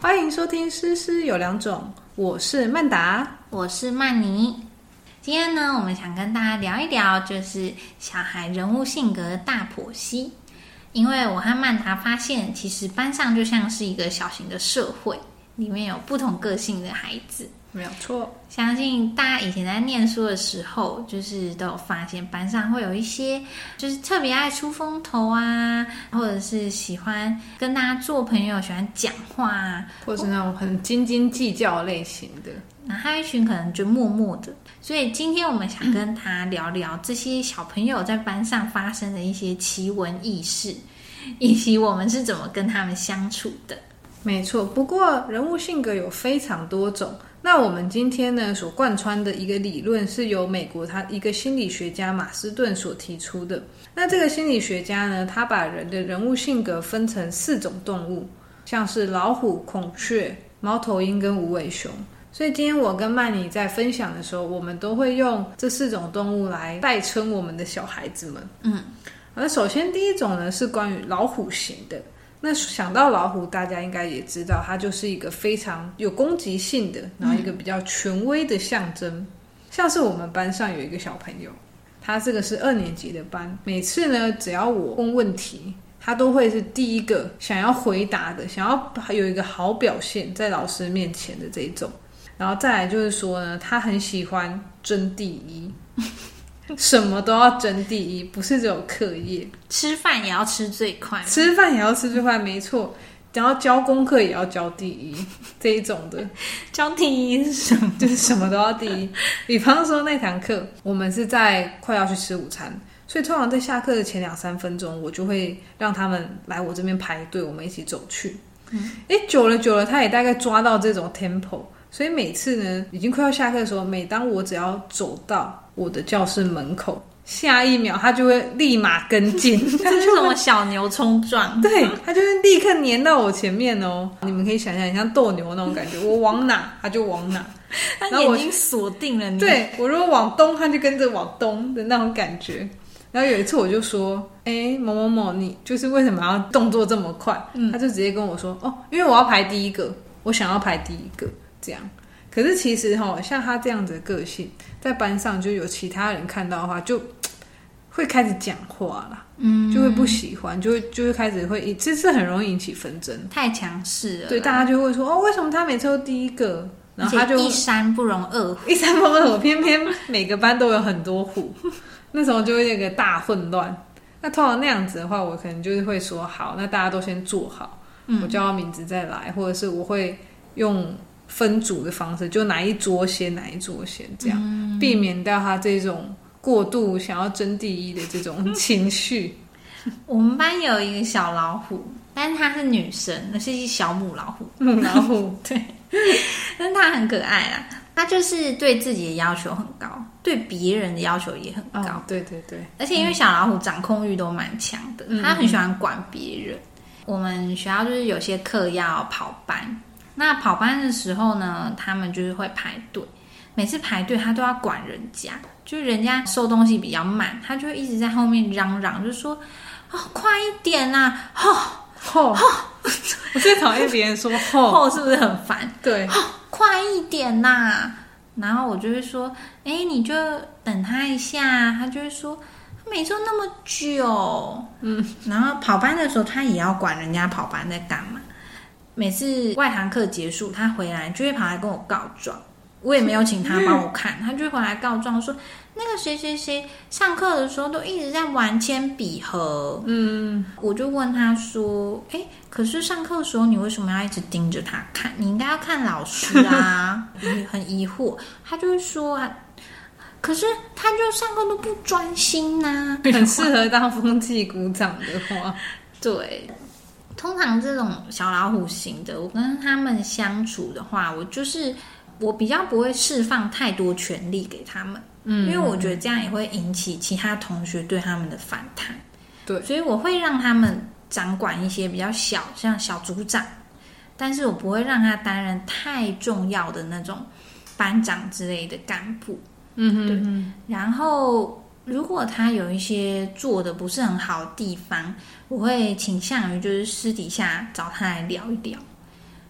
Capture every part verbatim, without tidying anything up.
欢迎收听诗诗有两种，我是曼达， 我是曼妮。今天呢，我们想跟大家聊一聊，就是小孩人物性格的大剖析。因为我和曼达发现，其实班上就像是一个小型的社会，里面有不同个性的孩子。 没有错， 相信大家以前在念书的时候，就是都有发现班上会有一些就是特别爱出风头啊，或者是喜欢跟大家做朋友，喜欢讲话啊， 或是那种很斤斤计较类型的。 那还有一群可能就默默的。所以今天我们想跟他聊聊这些小朋友在班上发生的一些奇闻异事，以及我们是怎么跟他们相处的。 没错，不过人物性格有非常多种。那我们今天呢所贯穿的一个理论是由美国他一个心理学家马斯顿所提出的。那这个心理学家呢，他把人的人物性格分成四种动物，像是老虎、孔雀、猫头鹰跟无尾熊。所以今天我跟曼妮在分享的时候，我们都会用这四种动物来代称我们的小孩子们。嗯，那首先第一种呢是关于老虎型的。那想到老虎，大家应该也知道，它就是一个非常有攻击性的，然后一个比较权威的象征。嗯、像是我们班上有一个小朋友，他这个是二年级的班，每次呢只要我问问题，他都会是第一个想要回答的，想要有一个好表现在老师面前的这一种。然后再来就是说呢，他很喜欢争第一。什么都要争第一，不是只有课业， 吃饭也要吃最快， 吃饭也要吃最快，没错。然后交功课也要交第一，这一种的。 交第一是什么？ 就是什么都要第一。比方说那堂课，我们是在快要去吃午餐，所以通常在下课的前两三分钟，我就会让他们来我这边排队，我们一起走去。嗯，哎，久了久了，他也大概抓到这种 tempo。所以每次呢，已经快要下课的时候，每当我只要走到我的教室门口，下一秒他就会立马跟进。 这是什么小牛冲撞？ 对，他就会立刻粘到我前面哦。你们可以想象，很像斗牛那种感觉，我往哪他就往哪， 他眼睛锁定了你。 对，我如果往东，他就跟着往东的那种感觉。然后有一次我就说，哎，某某某，你就是为什么要动作这么快？嗯、他就直接跟我说，哦，因为我要排第一个，我想要排第一个。这样，可是其实齁，像他这样子的个性，在班上就有其他人看到的话，就会开始讲话啦，嗯，就会不喜欢，就会就会开始会，这是很容易引起纷争， 太强势了。 对，大家就会说，哦，为什么他每次都第一个？然后他就一山不容二虎， 一山不容二虎，偏偏每个班都有很多虎，那时候就会有一个大混乱。那通常那样子的话，我可能就是会说，好，那大家都先坐好，嗯、我叫到名字再来，或者是我会用分组的方式，就哪一桌先哪一桌先，这样、嗯、避免掉他这种过度想要争第一的这种情绪。 我们班有一个小老虎，但是她是女生，那是一小母老虎。 母老虎对，但是她很可爱啦。她就是对自己的要求很高，对别人的要求也很高。 哦、对对对， 而且因为小老虎掌控欲都蛮强的，嗯、她很喜欢管别人。我们学校就是有些课要跑班。那跑班的时候呢，他们就是会排队，每次排队他都要管人家，就是人家收东西比较慢，他就会一直在后面嚷嚷，就说：“哦，快一点啊！”吼吼吼！我最讨厌别人说吼吼，是不是很烦？ 对， 吼，快一点呐、啊！然后我就会说：“哎，你就等他一下。”他就会说：“每次都那么久。”嗯，然后跑班的时候，他也要管人家跑班在干嘛。每次外堂课结束，他回来就会跑来跟我告状，我也没有请他帮我看，他就会回来告状说，那个谁谁谁上课的时候都一直在玩铅笔盒。嗯，我就问他说，哎，可是上课的时候你为什么要一直盯着他看？你应该要看老师啊。很疑惑，他就会说啊，可是他就上课都不专心啊。 很适合当风纪鼓掌的话。 对，通常这种小老虎型的，我跟他们相处的话，我就是我比较不会释放太多权力给他们，嗯，因为我觉得这样也会引起其他同学对他们的反弹。 对， 所以我会让他们掌管一些比较小，像小组长，但是我不会让他担任太重要的那种班长之类的干部。嗯哼哼，对。然后如果他有一些做的不是很好的地方，我会倾向于就是私底下找他来聊一聊。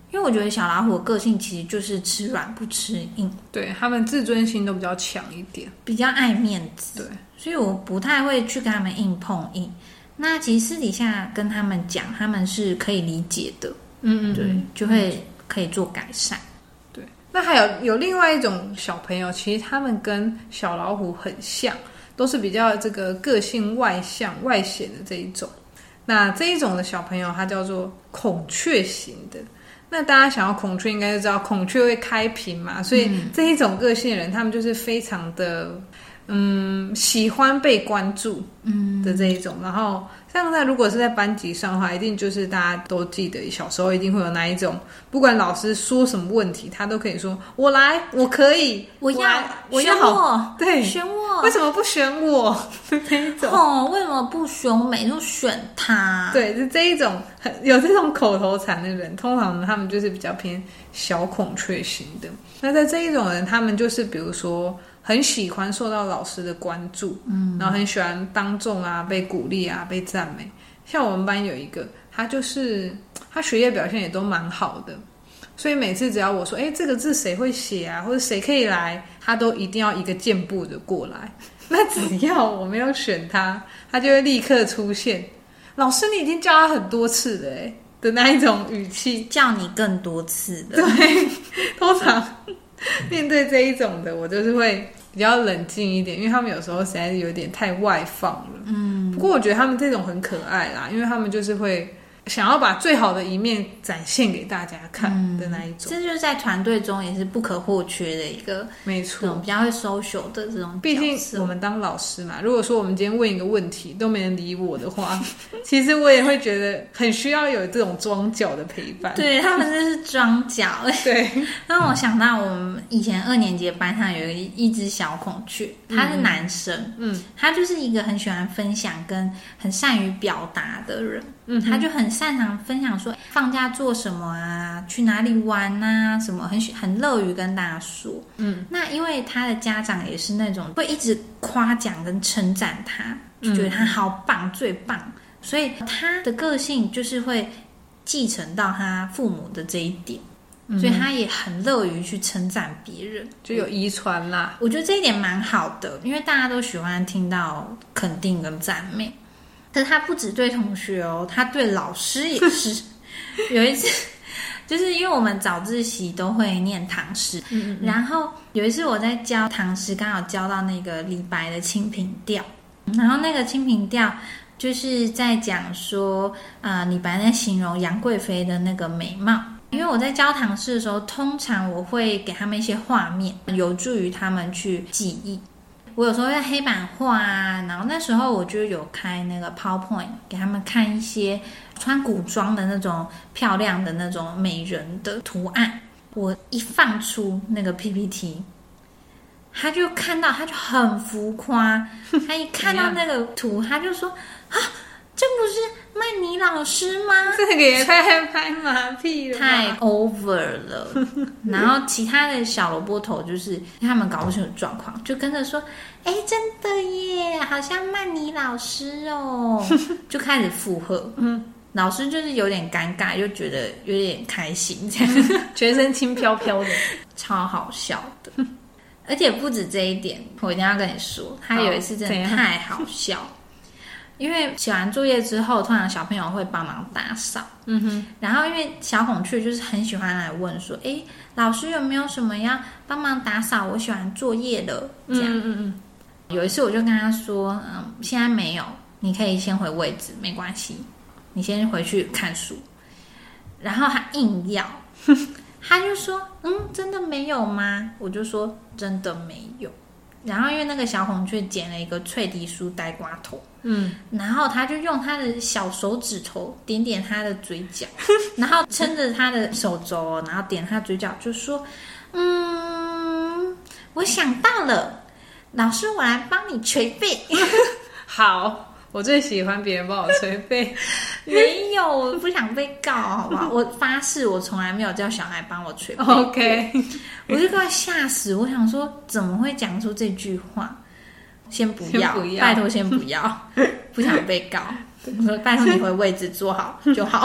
因为我觉得小老虎的个性其实就是吃软不吃硬， 对，他们自尊心都比较强一点， 比较爱面子， 对， 所以我不太会去跟他们硬碰硬。那其实私底下跟他们讲，他们是可以理解的， 嗯嗯， 对，就会可以做改善。 对，那还有有另外一种小朋友，其实他们跟小老虎很像，都是比较这个个性外向、外显的这一种。那这一种的小朋友，他叫做孔雀型的。那大家想要孔雀，应该就知道孔雀会开屏嘛，所以这一种个性的人，他们就是非常的嗯喜欢被关注的这一种。然后像在如果是在班级上的话，一定就是大家都记得小时候一定会有那一种，不管老师说什么问题，他都可以说我来，我可以， 我要， 我要选我， 对， 选我， 为什么不选我的这一种？ 哦，为什么不选我？每次都选他。 对，就这一种有这种口头禅的人，通常他们就是比较偏小孔雀型的。那在这一种人，他们就是比如说很喜欢受到老师的关注，嗯，然后很喜欢当众啊被鼓励啊被赞美。像我们班有一个，他就是他学业表现也都蛮好的，所以每次只要我说，哎，这个字谁会写啊，或者谁可以来，他都一定要一个箭步的过来。那只要我没有选他，他就会立刻出现。老师，你已经叫他很多次了，哎的那一种语气， 叫你更多次的。 对，通常面对这一种的，我就是会比较冷静一点，因为他们有时候实在是有点太外放了。嗯，不过我觉得他们这种很可爱啦，因为他们就是会想要把最好的一面展现给大家看的那一种。 嗯、这就是在团队中也是不可或缺的一个， 没错， 比较会 social 的这种。 毕竟我们当老师嘛，如果说我们今天问一个问题都没人理我的话，其实我也会觉得很需要有这种装脚的陪伴。 对，他们就是装脚。 对， 让我想到我们以前二年级的班上有一一只小孔雀，他是男生，嗯，他就是一个很喜欢分享跟很善于表达的人，嗯，他就很擅长分享说放假做什么啊，去哪里玩啊，什么很很乐于跟大家说。嗯，那因为他的家长也是那种会一直夸奖跟称赞他，就觉得他好棒，最棒，所以他的个性就是会继承到他父母的这一点。所以他也很乐于去称赞别人， 就有遗传啦。 我觉得这一点蛮好的，因为大家都喜欢听到肯定跟赞美。可是他不只对同学哦，他对老师也是。有一次，就是因为我们早自习都会念唐诗，嗯嗯嗯，然后有一次我在教唐诗，刚好教到那个李白的《清平调》，然后那个《清平调》就是在讲说，呃，李白在形容杨贵妃的那个美貌。因为我在教唐诗的时候，通常我会给他们一些画面，有助于他们去记忆。我有时候在黑板画啊，然后那时候我就有开那个 PowerPoint 给他们看一些穿古装的那种漂亮的那种美人的图案。我一放出那个 P P T， 他就看到，他就很浮夸，他一看到那个图，他就说啊，这不是曼妮老师吗？ 这个也太拍马屁了吧， 太 over 了。然后其他的小萝卜头就是他们搞不清楚状况，就跟着说：“哎，真的耶，好像曼妮老师哦。”就开始附和。嗯，老师就是有点尴尬，又觉得有点开心，这样全身轻飘飘的， 超好笑的。而且不止这一点，我一定要跟你说，他有一次真的太好笑。因为写完作业之后，通常小朋友会帮忙打扫，嗯哼。然后因为小孔雀就是很喜欢来问说：“哎，老师有没有什么要帮忙打扫？我写完作业了。”这样，嗯嗯嗯。有一次我就跟他说：“嗯，现在没有，你可以先回位置，没关系，你先回去看书。”然后他硬要，他就说：“嗯，真的没有吗？”我就说：“真的没有。”然后因为那个小孔雀剪了一个脆笛酥呆瓜头，嗯，然后他就用他的小手指头点点他的嘴角，然后撑着他的手肘，然后点他嘴角，就说：“嗯，我想到了，老师，我来帮你捶背。” 好，我最喜欢别人帮我捶背。 没有，我不想被告，好吧？我发誓，我从来没有叫小孩帮我捶背。 OK， 我就快吓死，我想说怎么会讲出这句话？先不要， 先不要拜托先不要，不想被告。我说拜托你回位置坐好就好。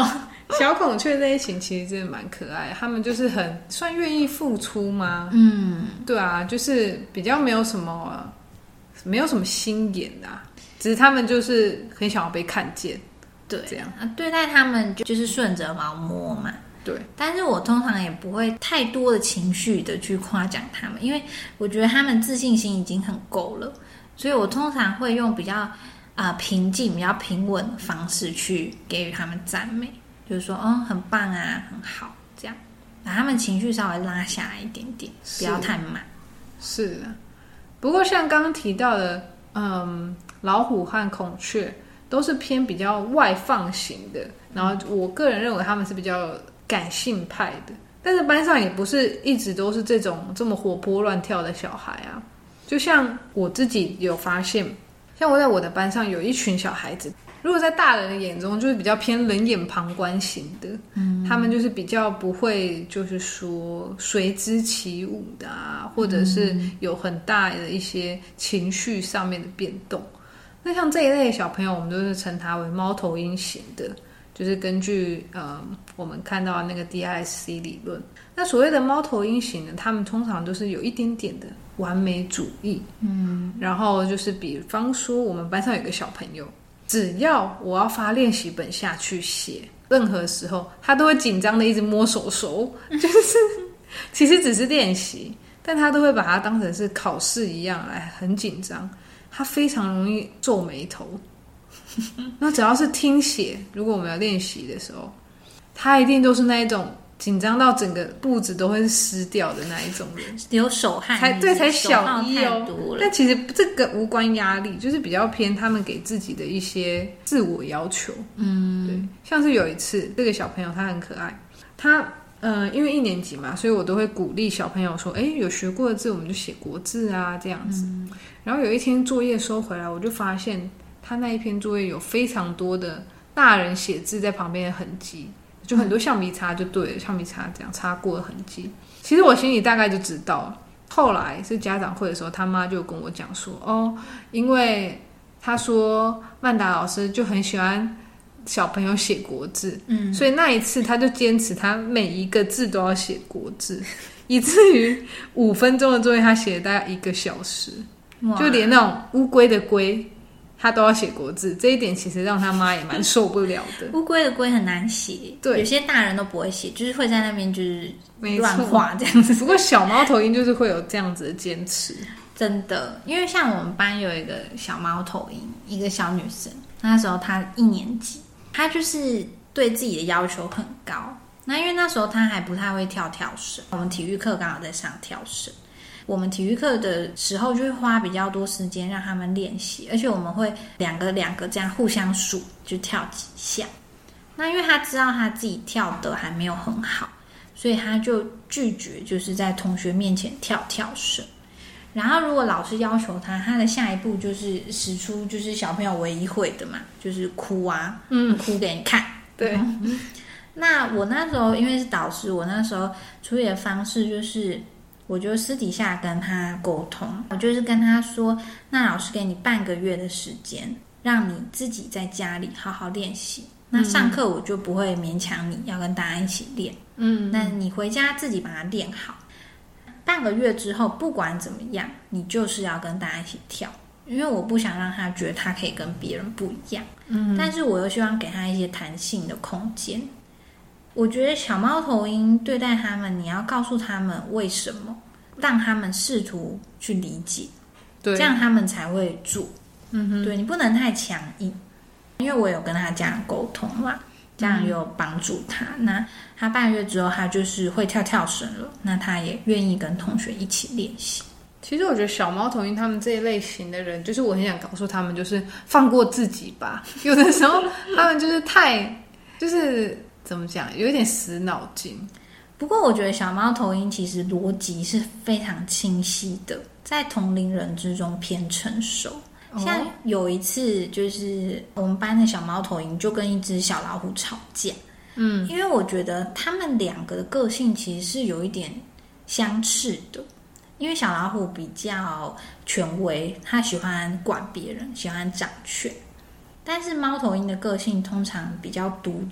小孔雀类型其实真的蛮可爱的，他们就是很算愿意付出吗？ 嗯， 对啊，就是比较没有什么没有什么心眼啊，只是他们就是很想要被看见。 对， 这样啊，对待他们就就是顺着毛摸嘛。 对， 但是我通常也不会太多的情绪的去夸奖他们，因为我觉得他们自信心已经很够了，所以我通常会用比较啊、呃、平静、比较平稳的方式去给予他们赞美，就是说哦很棒啊，很好，这样把他们情绪稍微拉下来一点点，不要太满。 是的，不过像刚刚提到的，嗯，老虎和孔雀都是偏比较外放型的，然后我个人认为他们是比较感性派的，但是班上也不是一直都是这种这么活泼乱跳的小孩啊。就像我自己有发现，像我在我的班上有一群小孩子，如果在大人的眼中就是比较偏冷眼旁观型的，嗯，他们就是比较不会就是说随之起舞的啊，或者是有很大的一些情绪上面的变动。那像这一类的小朋友，我们都是称他为猫头鹰型的，就是根据呃我们看到的那个 D I S C 理论。那所谓的猫头鹰型呢，他们通常都是有一点点的完美主义，嗯，然后就是比方说我们班上有个小朋友，只要我要发练习本下去写，任何时候他都会紧张的一直摸手手，就是其实只是练习，但他都会把它当成是考试一样来很紧张，他非常容易皱眉头。那只要是听写，如果我们要练习的时候，他一定都是那一种紧张到整个布子都会是湿掉的那一种人， 有手汗， 才对，才小一哦。但其实这个无关压力，就是比较偏他们给自己的一些自我要求。嗯，对，像是有一次，这个小朋友他很可爱，他呃，因为一年级嘛，所以我都会鼓励小朋友说，哎，有学过的字我们就写国字啊，这样子。嗯、然后有一天作业收回来，我就发现他那一篇作业有非常多的大人写字在旁边的痕迹。就很多橡皮擦就对了，橡皮擦这样擦过的痕迹。其实我心里大概就知道了。后来是家长会的时候，他妈就跟我讲说，哦，因为他说曼达老师就很喜欢小朋友写国字，嗯，所以那一次他就坚持他每一个字都要写国字，以至于五分钟的作业他写了大概一个小时，就连那种乌龟的龟。他都要写国字，这一点其实让他妈也蛮受不了的。 乌龟的龟很难写，对，有些大人都不会写，就是会在那边就是乱画这样子。 不过小猫头鹰就是会有这样子的坚持， 真的。因为像我们班有一个小猫头鹰，一个小女生，那时候她一年级，她就是对自己的要求很高。那因为那时候她还不太会跳跳绳，我们体育课刚好在上跳绳。我们体育课的时候就会花比较多时间让他们练习，而且我们会两个两个这样互相数，就跳几下。那因为他知道他自己跳的还没有很好，所以他就拒绝就是在同学面前跳跳绳。然后如果老师要求他，他的下一步就是使出就是小朋友唯一会的嘛，就是哭啊，嗯，哭给你看。 对。 嗯、那我那时候因为是导师，我那时候处理的方式就是。我就私底下跟他沟通，我就是跟他说，那老师给你半个月的时间，让你自己在家里好好练习。那上课我就不会勉强你要跟大家一起练，嗯，那你回家自己把它练好。半个月之后，不管怎么样，你就是要跟大家一起跳，因为我不想让他觉得他可以跟别人不一样，嗯，但是我又希望给他一些弹性的空间。我觉得小猫头鹰对待他们，你要告诉他们为什么，让他们试图去理解，对，这样他们才会做。嗯哼，对，你不能太强硬，因为我有跟他家长沟通嘛，家长有帮助他。嗯、那他半个月之后，他就是会跳跳绳了，那他也愿意跟同学一起练习。 其实我觉得小猫头鹰他们这一类型的人，就是我很想告诉他们，就是放过自己吧。有的时候他们就是太，就是怎么讲，有一点死脑筋。 不过我觉得小猫头鹰其实逻辑是非常清晰的，在同龄人之中偏成熟。像有一次，就是我们班的小猫头鹰就跟一只小老虎吵架，嗯，因为我觉得他们两个的个性其实是有一点相似的。因为小老虎比较权威，他喜欢管别人，喜欢掌权，但是猫头鹰的个性通常比较独立，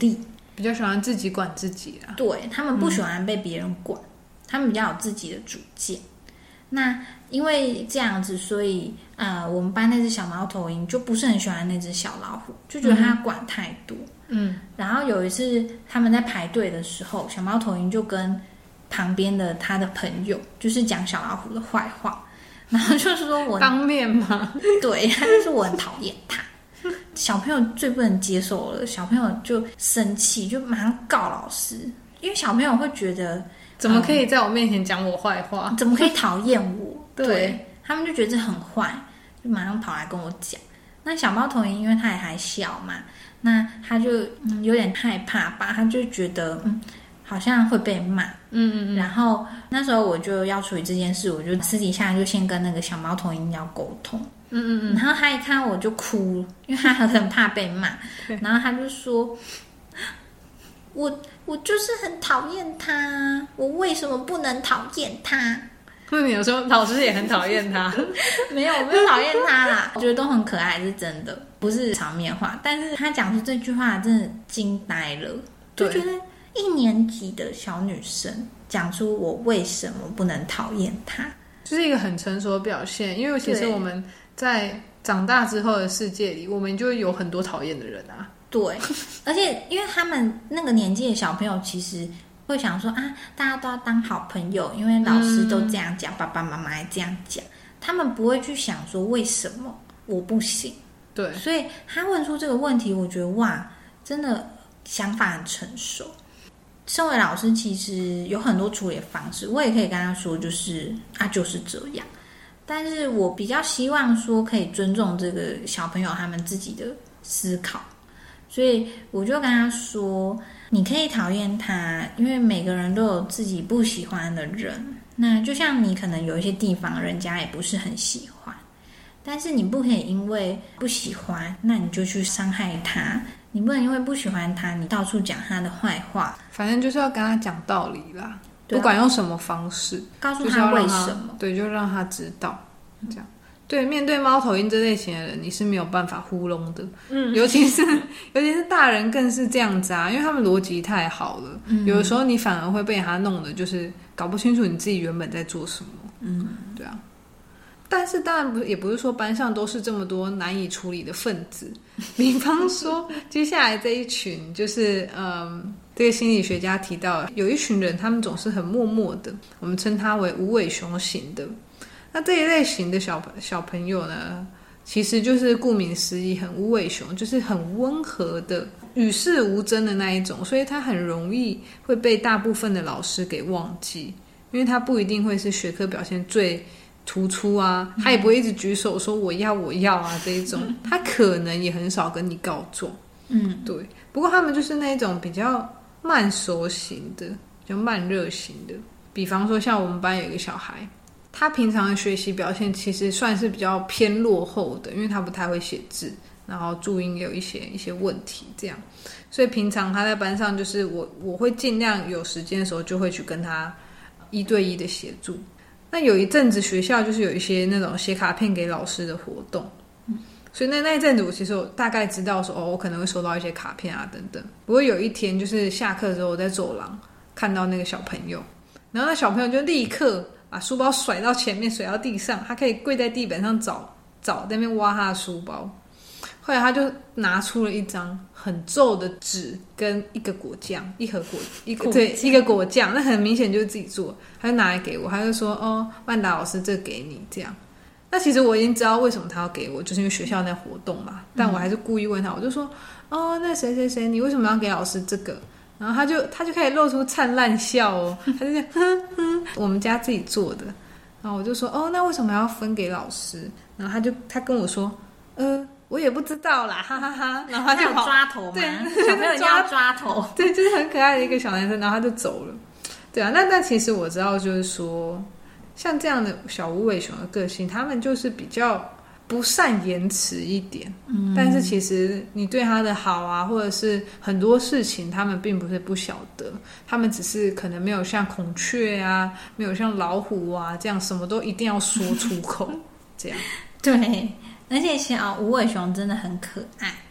比较喜欢自己管自己啊。 对，他们不喜欢被别人管，嗯、他们比较有自己的主见。那因为这样子，所以呃，我们班那只小猫头鹰就不是很喜欢那只小老虎，就觉得它管太多。嗯，然后有一次他们在排队的时候，小猫头鹰就跟旁边的他的朋友就是讲小老虎的坏话，然后就是说我当面吗？ 对，他就说我很讨厌他。小朋友最不能接受了，小朋友就生气，就马上告老师，因为小朋友会觉得怎么可以在我面前讲我坏话、 嗯、怎么可以讨厌我对, 对他们就觉得这很坏，就马上跑来跟我讲。那小猫头鹰因为他也还小嘛，那他就、嗯、有点害怕吧，他就觉得嗯好像会被骂。嗯嗯嗯。然后那时候我就要处理这件事，我就私底下就先跟那个小猫头鹰要沟通。嗯嗯嗯。然后他一看我就哭，因为他很怕被骂。然后他就说：“我我就是很讨厌他，我为什么不能讨厌他？” 那你有时候老师也很讨厌他？ 没有，我没有讨厌他啦，我觉得都很可爱，是真的，不是场面话。但是他讲出这句话真的惊呆了，就觉得一年级的小女生讲出我为什么不能讨厌他， 就是一个很成熟的表现。因为其实我们在长大之后的世界里，我们就有很多讨厌的人啊。 对，而且因为他们那个年纪的小朋友其实会想说啊，大家都要当好朋友，因为老师都这样讲、嗯、爸爸妈妈也这样讲，他们不会去想说为什么我不行。 对， 所以他问出这个问题，我觉得哇，真的想法很成熟。身为老师其实有很多处理的方式，我也可以跟他说就是啊就是这样，但是我比较希望说可以尊重这个小朋友他们自己的思考，所以我就跟他说你可以讨厌他，因为每个人都有自己不喜欢的人，那就像你可能有一些地方人家也不是很喜欢，但是你不可以因为不喜欢那你就去伤害他，你不能因为不喜欢他你到处讲他的坏话， 反正就是要跟他讲道理啦，不管用什么方式告诉他为什么， 对，就让他知道这样。对，面对猫头鹰这类型的人，你是没有办法糊弄的。嗯，尤其是尤其是大人更是这样子啊，因为他们逻辑太好了。嗯，有的时候你反而会被他弄得就是搞不清楚你自己原本在做什么。嗯，对啊。但是当然不也不是说班上都是这么多难以处理的分子，比方说接下来这一群就是嗯，这个心理学家提到有一群人，他们总是很默默的，我们称他为无尾熊型的。那这一类型的小小朋友呢，其实就是顾名思义很无尾熊，就是很温和的与世无争的那一种，所以他很容易会被大部分的老师给忘记，因为他不一定会是学科表现最突出啊，他也不会一直举手说我要我要啊这一种，他可能也很少跟你告状。嗯，对。不过他们就是那种比较慢熟型的，比较慢热型的。比方说像我们班有一个小孩，他平常的学习表现其实算是比较偏落后的，因为他不太会写字，然后注音也有一些一些问题这样，所以平常他在班上就是我我会尽量有时间的时候就会去跟他一对一的协助。那有一阵子学校就是有一些那种写卡片给老师的活动，所以那那一阵子我其实我大概知道说哦，我可能会收到一些卡片啊等等。不过有一天就是下课之后我在走廊看到那个小朋友，然后那小朋友就立刻把书包甩到前面，甩到地上，他可以跪在地板上找找在那边挖他的书包。后来他就拿出了一张很皱的纸跟一个果酱，一盒果一个对一个果酱，那很明显就是自己做，他就拿来给我，他就说哦，万达老师这给你这样。那其实我已经知道为什么他要给我，就是因为学校那活动嘛，但我还是故意问他，我就说哦，那谁谁谁，你为什么要给老师这个？然后他就他就开始露出灿烂笑哦，他就这样哼哼，我们家自己做的。然后我就说哦，那为什么要分给老师？然后他就他跟我说呃。我也不知道啦，哈哈哈。然后他就他有抓头吗？对，小朋友一定要抓头。 对，就是很可爱的一个小男生，然后他就走了。对啊，那那其实我知道，就是说，像这样的小无尾熊的个性，他们就是比较不善言辞一点。嗯，但是其实你对他的好啊，或者是很多事情，他们并不是不晓得，他们只是可能没有像孔雀啊，没有像老虎啊这样什么都一定要说出口，这样。 对。而且小无尾熊真的很可爱，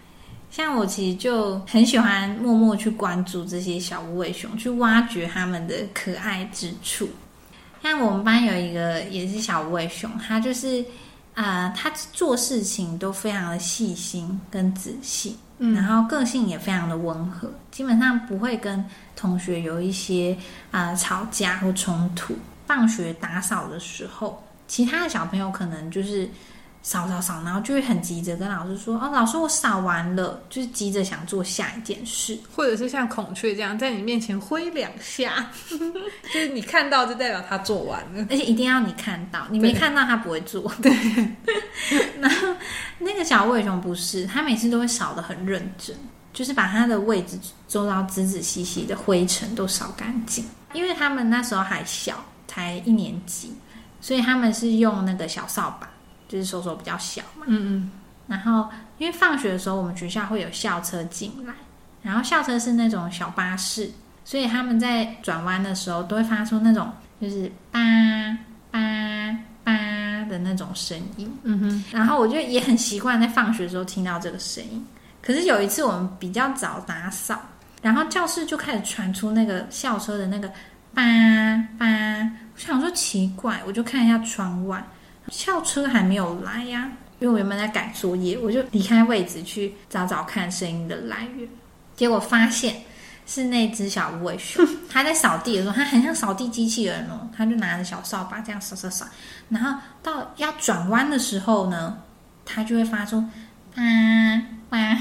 像我其实就很喜欢默默去关注这些小无尾熊，去挖掘它们的可爱之处。像我们班有一个也是小无尾熊，它就是呃，它做事情都非常的细心跟仔细，嗯，然后个性也非常的温和，基本上不会跟同学有一些呃吵架或冲突。放学打扫的时候，其他的小朋友可能就是扫扫扫，然后就会很急着跟老师说：“哦，老师，我扫完了。”就是急着想做下一件事， 或者是像孔雀这样在你面前挥两下，就是你看到就代表他做完了， 而且一定要你看到，你没看到他不会做。对。然后那个小无尾熊不是，他每次都会扫得很认真，就是把他的位置周遭仔仔细细的灰尘都扫干净。因为他们那时候还小，才一年级，所以他们是用那个小扫把。就是手手比较小嘛，嗯嗯，然后因为放学的时候我们学校会有校车进来，然后校车是那种小巴士，所以他们在转弯的时候都会发出那种就是叭叭叭的那种声音，嗯哼，然后我就也很习惯在放学的时候听到这个声音。可是有一次我们比较早打扫，然后教室就开始传出那个校车的那个叭叭，我想说奇怪，我就看一下窗外。校车还没有来呀、啊，因为我原本在赶作业，我就离开位置去找找看声音的来源。结果发现是那只小无尾熊，它在扫地的时候，它很像扫地机器人哦，它就拿着小扫把这样扫扫扫，然后到要转弯的时候呢，它就会发出啊啊，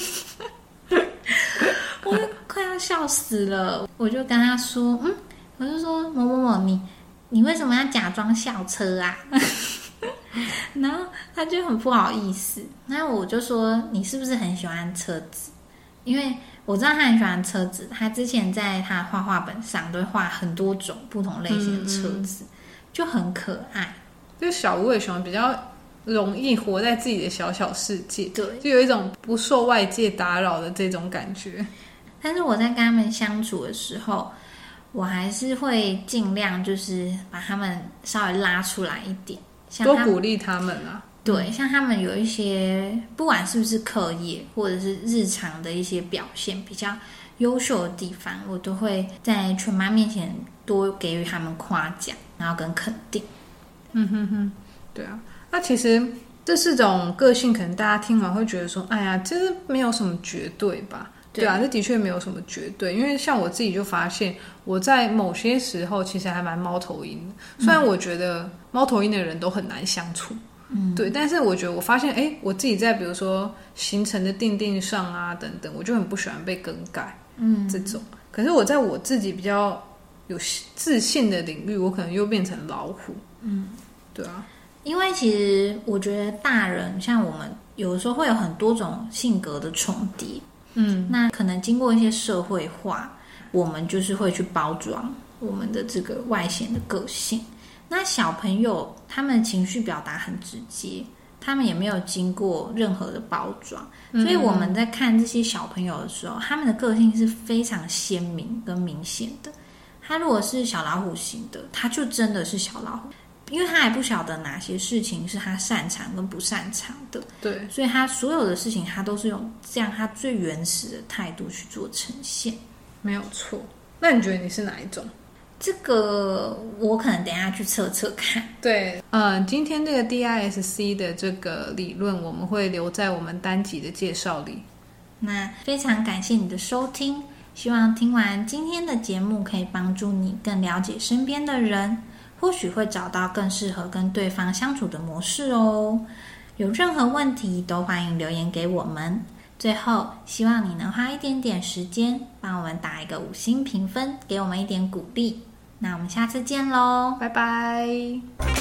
我就快要笑死了。我就跟他说，嗯，我就说某某某，你你为什么要假装校车啊？然后他就很不好意思，那我就说你是不是很喜欢车子？因为我知道他很喜欢车子，他之前在他的画画本上都会画很多种不同类型的车子，嗯嗯，就很可爱。 就小无尾熊比较容易活在自己的小小世界， 对， 就有一种不受外界打扰的这种感觉。 但是我在跟他们相处的时候，我还是会尽量就是把他们稍微拉出来一点， 多鼓励他们啊。 对，像他们有一些不管是不是课业或者是日常的一些表现比较优秀的地方，我都会在全班面前多给予他们夸奖，然后跟肯定。 嗯哼哼，对啊。那其实这四种个性，可能大家听完会觉得说，哎呀，这没有什么绝对吧？对啊，这的确没有什么绝对，因为像我自己就发现，我在某些时候其实还蛮猫头鹰的。虽然我觉得猫头鹰的人都很难相处，嗯，对，但是我觉得我发现，哎，我自己在比如说行程的定定上啊等等，我就很不喜欢被更改，嗯，这种。可是我在我自己比较有自信的领域，我可能又变成老虎，嗯，对啊。 因为其实我觉得大人像我们有的时候会有很多种性格的重叠。嗯，那可能经过一些社会化，我们就是会去包装我们的这个外显的个性。那小朋友他们情绪表达很直接，他们也没有经过任何的包装，嗯，所以我们在看这些小朋友的时候，他们的个性是非常鲜明跟明显的。他如果是小老虎型的，他就真的是小老虎。因为他还不晓得哪些事情是他擅长跟不擅长的， 对， 所以他所有的事情他都是用这样他最原始的态度去做呈现， 没有错。那你觉得你是哪一种？ 这个我可能等一下去测测看。 对，嗯，今天这个 D I S C 的这个理论，我们会留在我们单集的介绍里。 那非常感谢你的收听，希望听完今天的节目可以帮助你更了解身边的人。或许会找到更适合跟对方相处的模式哦。有任何问题都欢迎留言给我们。最后，希望你能花一点点时间帮我们打一个五星评分，给我们一点鼓励。那我们下次见咯， 拜拜。